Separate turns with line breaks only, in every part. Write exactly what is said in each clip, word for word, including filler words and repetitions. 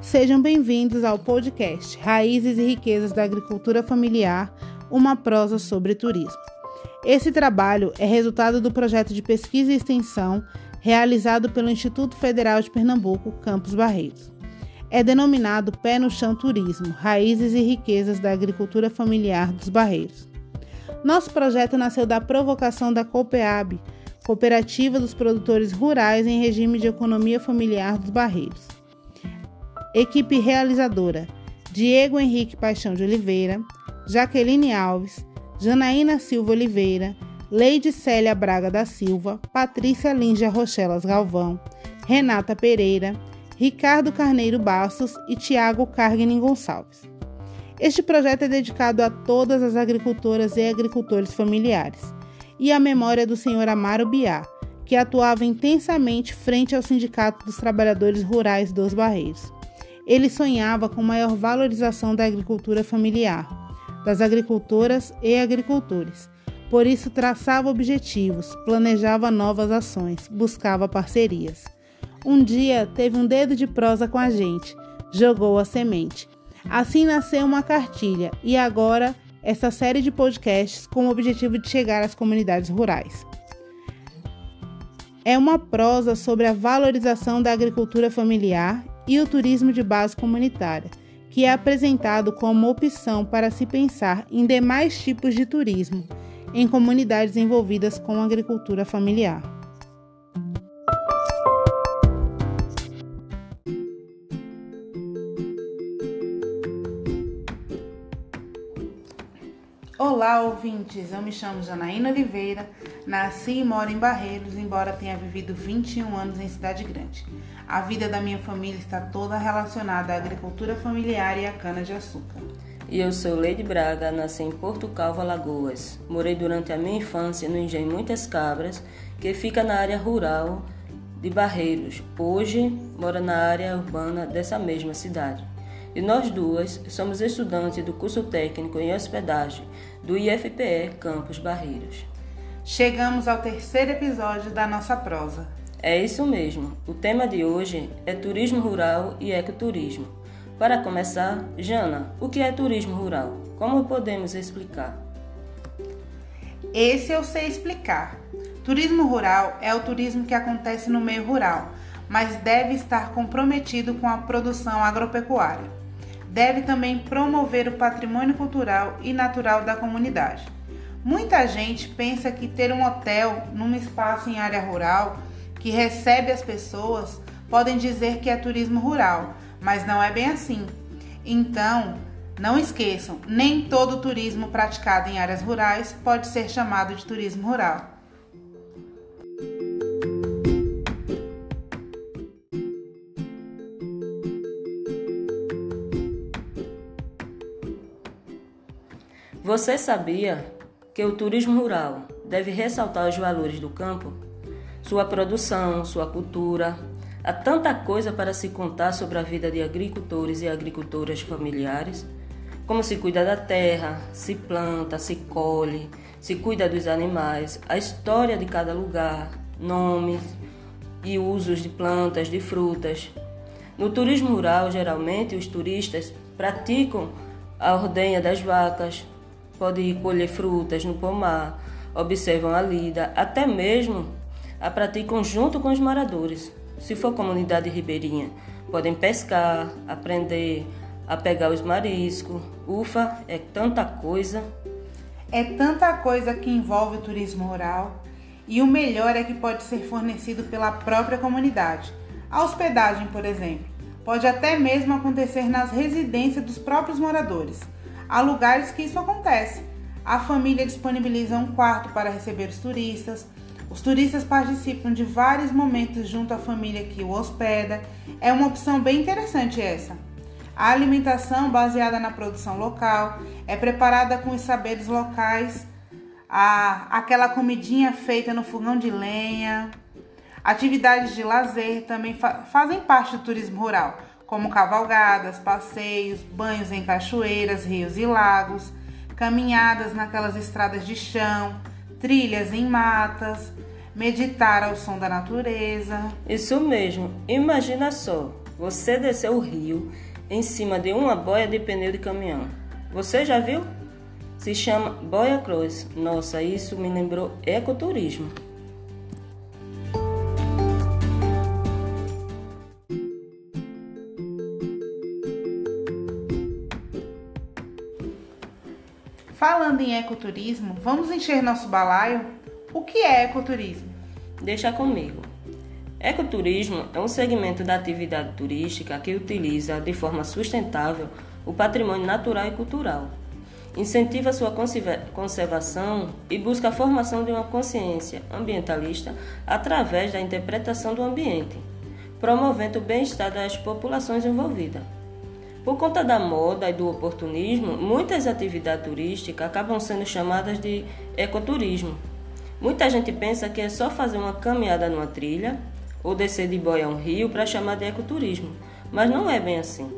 Sejam bem-vindos ao podcast Raízes e Riquezas da Agricultura Familiar, uma prosa sobre turismo. Esse trabalho é resultado do projeto de pesquisa e extensão realizado pelo Instituto Federal de Pernambuco, Campos Barreiros. É denominado Pé no Chão Turismo, Raízes e Riquezas da Agricultura Familiar dos Barreiros. Nosso projeto nasceu da provocação da COPEAB, Cooperativa dos Produtores Rurais em Regime de Economia Familiar dos Barreiros. Equipe realizadora: Diego Henrique Paixão de Oliveira, Jaqueline Alves, Janaína Silva Oliveira, Leide Célia Braga da Silva, Patrícia Lígia Rochelas Galvão, Renata Pereira, Ricardo Carneiro Bastos e Tiago Cargnin Gonçalves. Este projeto é dedicado a todas as agricultoras e agricultores familiares e à memória do senhor Amaro Biá, que atuava intensamente frente ao Sindicato dos Trabalhadores Rurais dos Barreiros. Ele sonhava com maior valorização da agricultura familiar, das agricultoras e agricultores. Por isso, traçava objetivos, planejava novas ações, buscava parcerias. Um dia, teve um dedo de prosa com a gente, jogou a semente. Assim nasceu uma cartilha e agora essa série de podcasts com o objetivo de chegar às comunidades rurais. É uma prosa sobre a valorização da agricultura familiar e o turismo de base comunitária, que é apresentado como opção para se pensar em demais tipos de turismo em comunidades envolvidas com a agricultura familiar. Olá, ouvintes! Eu me chamo Janaína Oliveira, nasci e moro em Barreiros, embora tenha vivido vinte e um anos em Cidade Grande. A vida da minha família está toda relacionada à agricultura familiar e à cana-de-açúcar.
E eu sou Leide Braga, nasci em Porto Calvo, Alagoas. Morei durante a minha infância no Engenho Muitas Cabras, que fica na área rural de Barreiros. Hoje, moro na área urbana dessa mesma cidade. E nós duas somos estudantes do curso técnico em hospedagem do I F P E Campos Barreiros.
Chegamos ao terceiro episódio da nossa prosa.
É isso mesmo. O tema de hoje é turismo rural e ecoturismo. Para começar, Jana, o que é turismo rural? Como podemos explicar?
Esse eu sei explicar. Turismo rural é o turismo que acontece no meio rural, mas deve estar comprometido com a produção agropecuária. Deve também promover o patrimônio cultural e natural da comunidade. Muita gente pensa que ter um hotel num espaço em área rural que recebe as pessoas podem dizer que é turismo rural, mas não é bem assim. Então, não esqueçam, nem todo turismo praticado em áreas rurais pode ser chamado de turismo rural.
Você sabia que o turismo rural deve ressaltar os valores do campo? Sua produção, sua cultura. Há tanta coisa para se contar sobre a vida de agricultores e agricultoras familiares. Como se cuida da terra, se planta, se colhe, se cuida dos animais, a história de cada lugar, nomes e usos de plantas, de frutas. No turismo rural, geralmente, os turistas praticam a ordenha das vacas, podem colher frutas no pomar, observam a lida, até mesmo a praticam junto com os moradores. Se for comunidade ribeirinha, podem pescar, aprender a pegar os mariscos. Ufa, é tanta coisa.
É tanta coisa que envolve o turismo rural e o melhor é que pode ser fornecido pela própria comunidade. A hospedagem, por exemplo, pode até mesmo acontecer nas residências dos próprios moradores. Há lugares que isso acontece. A família disponibiliza um quarto para receber os turistas. Os turistas participam de vários momentos junto à família que o hospeda. É uma opção bem interessante essa. A alimentação baseada na produção local é preparada com os saberes locais. A, aquela comidinha feita no fogão de lenha. Atividades de lazer também fa- fazem parte do turismo rural, como cavalgadas, passeios, banhos em cachoeiras, rios e lagos, caminhadas naquelas estradas de chão, trilhas em matas, meditar ao som da natureza.
Isso mesmo, imagina só, você descer o rio em cima de uma boia de pneu de caminhão. Você já viu? Se chama boia cross. Nossa, isso me lembrou ecoturismo.
Falando em ecoturismo, vamos encher nosso balaio? O que é ecoturismo?
Deixa comigo. Ecoturismo é um segmento da atividade turística que utiliza de forma sustentável o patrimônio natural e cultural, incentiva sua conservação e busca a formação de uma consciência ambientalista através da interpretação do ambiente, promovendo o bem-estar das populações envolvidas. Por conta da moda e do oportunismo, muitas atividades turísticas acabam sendo chamadas de ecoturismo. Muita gente pensa que é só fazer uma caminhada numa trilha ou descer de boia a um rio para chamar de ecoturismo, mas não é bem assim.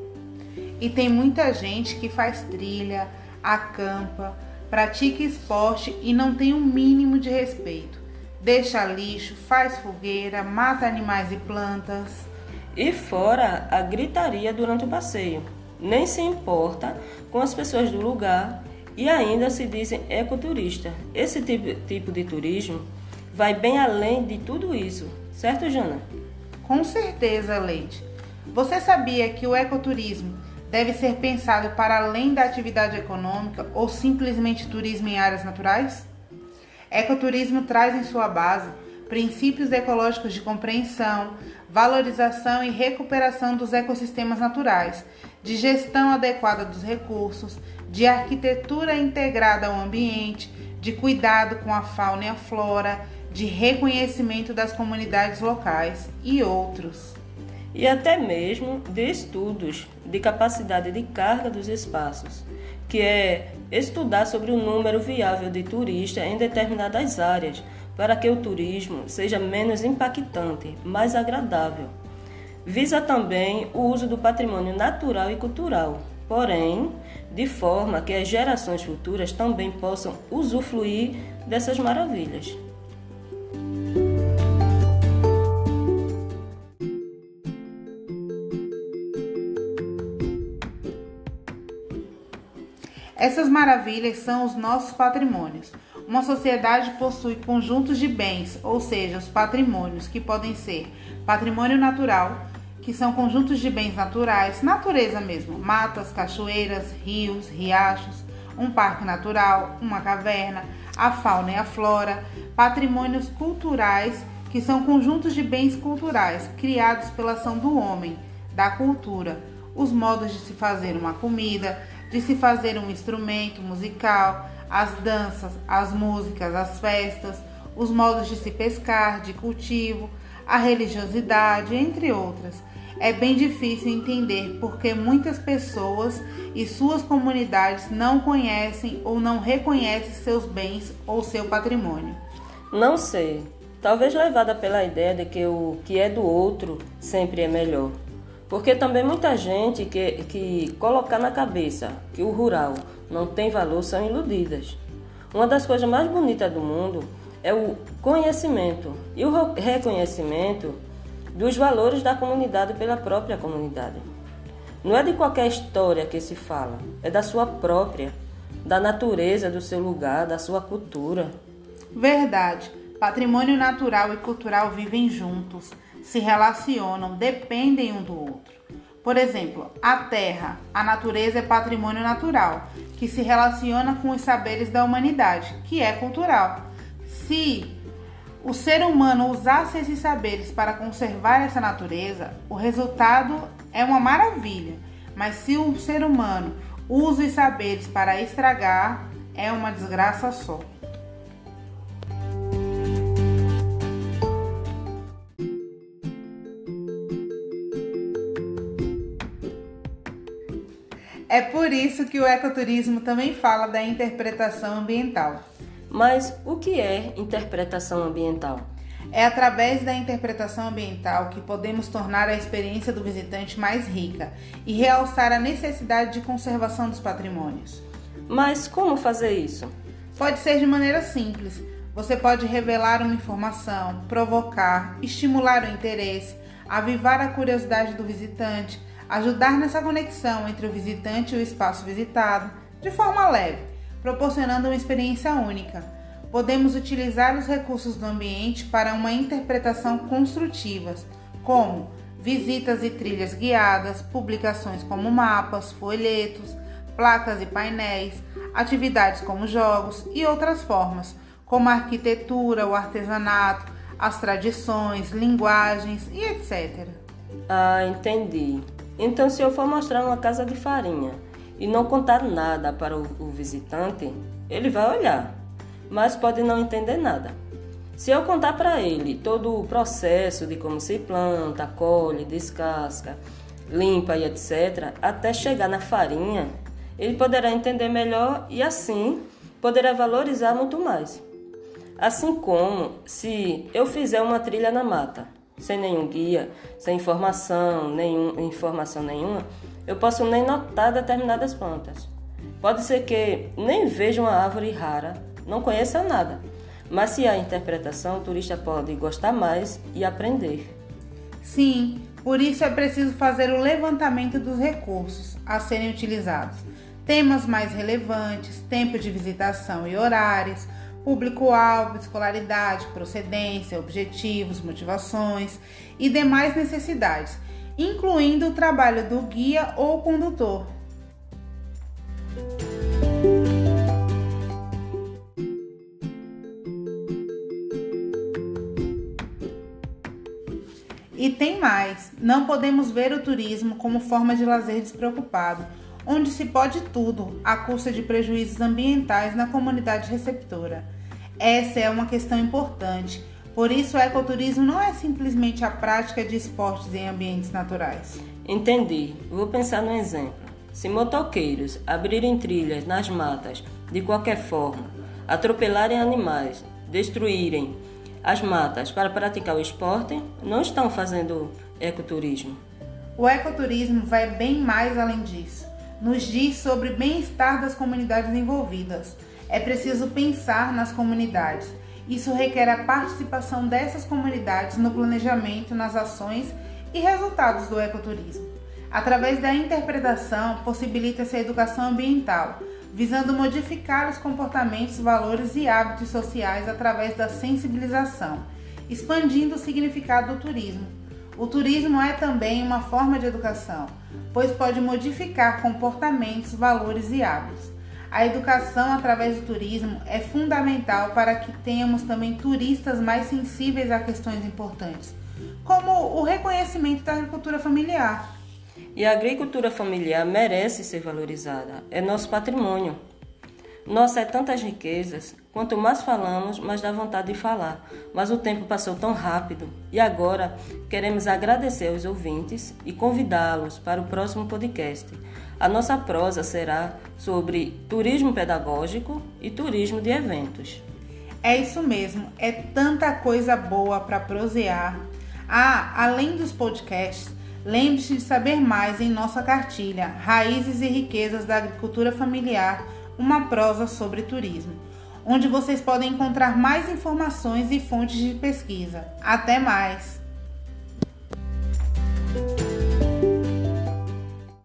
E tem muita gente que faz trilha, acampa, pratica esporte e não tem um mínimo de respeito. Deixa lixo, faz fogueira, mata animais e plantas.
E fora a gritaria durante o passeio. Nem se importa com as pessoas do lugar e ainda se dizem ecoturista. Esse tipo, tipo de turismo vai bem além de tudo isso, certo, Jana?
Com certeza, Leite. Você sabia que o ecoturismo deve ser pensado para além da atividade econômica ou simplesmente turismo em áreas naturais? Ecoturismo traz em sua base princípios ecológicos de compreensão, valorização e recuperação dos ecossistemas naturais, de gestão adequada dos recursos, de arquitetura integrada ao ambiente, de cuidado com a fauna e a flora, de reconhecimento das comunidades locais e outros.
E até mesmo de estudos de capacidade de carga dos espaços, que é estudar sobre o número viável de turistas em determinadas áreas, para que o turismo seja menos impactante, mais agradável. Visa também o uso do patrimônio natural e cultural, porém, de forma que as gerações futuras também possam usufruir dessas maravilhas.
Essas maravilhas são os nossos patrimônios. Uma sociedade possui conjuntos de bens, ou seja, os patrimônios, que podem ser patrimônio natural, que são conjuntos de bens naturais, natureza mesmo, matas, cachoeiras, rios, riachos, um parque natural, uma caverna, a fauna e a flora, patrimônios culturais, que são conjuntos de bens culturais criados pela ação do homem, da cultura, os modos de se fazer uma comida, de se fazer um instrumento musical, as danças, as músicas, as festas, os modos de se pescar, de cultivo, a religiosidade, entre outras. É bem difícil entender porque muitas pessoas e suas comunidades não conhecem ou não reconhecem seus bens ou seu patrimônio.
Não sei, talvez levada pela ideia de que o que é do outro sempre é melhor. Porque também muita gente que, que colocar na cabeça que o rural não tem valor são iludidas. Uma das coisas mais bonitas do mundo é o conhecimento e o reconhecimento dos valores da comunidade pela própria comunidade. Não é de qualquer história que se fala, é da sua própria, da natureza do seu lugar, da sua cultura.
Verdade. Patrimônio natural e cultural vivem juntos, se relacionam, dependem um do outro. Por exemplo, a terra, a natureza é patrimônio natural, que se relaciona com os saberes da humanidade, que é cultural. Se o ser humano usasse esses saberes para conservar essa natureza, o resultado é uma maravilha. Mas se o ser humano usa os saberes para estragar, é uma desgraça só. É por isso que o ecoturismo também fala da interpretação ambiental.
Mas o que é interpretação ambiental?
É através da interpretação ambiental que podemos tornar a experiência do visitante mais rica e realçar a necessidade de conservação dos patrimônios.
Mas como fazer isso?
Pode ser de maneira simples. Você pode revelar uma informação, provocar, estimular o interesse, avivar a curiosidade do visitante, ajudar nessa conexão entre o visitante e o espaço visitado, de forma leve, proporcionando uma experiência única. Podemos utilizar os recursos do ambiente para uma interpretação construtiva, como visitas e trilhas guiadas, publicações como mapas, folhetos, placas e painéis, atividades como jogos e outras formas, como a arquitetura, o artesanato, as tradições, linguagens e etcétera.
Ah, entendi. Então, se eu for mostrar uma casa de farinha e não contar nada para o, o visitante, ele vai olhar, mas pode não entender nada. Se eu contar para ele todo o processo de como se planta, colhe, descasca, limpa e etcétera, até chegar na farinha, ele poderá entender melhor e assim poderá valorizar muito mais. Assim como se eu fizer uma trilha na mata, sem nenhum guia, sem informação, nenhum, informação nenhuma, eu posso nem notar determinadas plantas. Pode ser que nem veja uma árvore rara, não conheça nada, mas se há interpretação, o turista pode gostar mais e aprender.
Sim, por isso é preciso fazer o levantamento dos recursos a serem utilizados, temas mais relevantes, tempo de visitação e horários, público-alvo, escolaridade, procedência, objetivos, motivações e demais necessidades, incluindo o trabalho do guia ou condutor. E tem mais, não podemos ver o turismo como forma de lazer despreocupado, onde se pode tudo, à custa de prejuízos ambientais na comunidade receptora. Essa é uma questão importante, por isso o ecoturismo não é simplesmente a prática de esportes em ambientes naturais.
Entendi. Vou pensar num exemplo. Se motoqueiros abrirem trilhas nas matas de qualquer forma, atropelarem animais, destruírem as matas para praticar o esporte, não estão fazendo ecoturismo.
O ecoturismo vai bem mais além disso. Nos diz sobre o bem-estar das comunidades envolvidas. É preciso pensar nas comunidades. Isso requer a participação dessas comunidades no planejamento, nas ações e resultados do ecoturismo. Através da interpretação, possibilita-se a educação ambiental, visando modificar os comportamentos, valores e hábitos sociais através da sensibilização, expandindo o significado do turismo. O turismo é também uma forma de educação, pois pode modificar comportamentos, valores e hábitos. A educação através do turismo é fundamental para que tenhamos também turistas mais sensíveis a questões importantes, como o reconhecimento da agricultura familiar.
E a agricultura familiar merece ser valorizada, é nosso patrimônio. Nossa, é tantas riquezas, quanto mais falamos, mais dá vontade de falar. Mas o tempo passou tão rápido e agora queremos agradecer aos ouvintes e convidá-los para o próximo podcast. A nossa prosa será sobre turismo pedagógico e turismo de eventos.
É isso mesmo, é tanta coisa boa para prosear. Ah, além dos podcasts, lembre-se de saber mais em nossa cartilha Raízes e Riquezas da Agricultura Familiar, uma prosa sobre turismo, onde vocês podem encontrar mais informações e fontes de pesquisa. Até mais!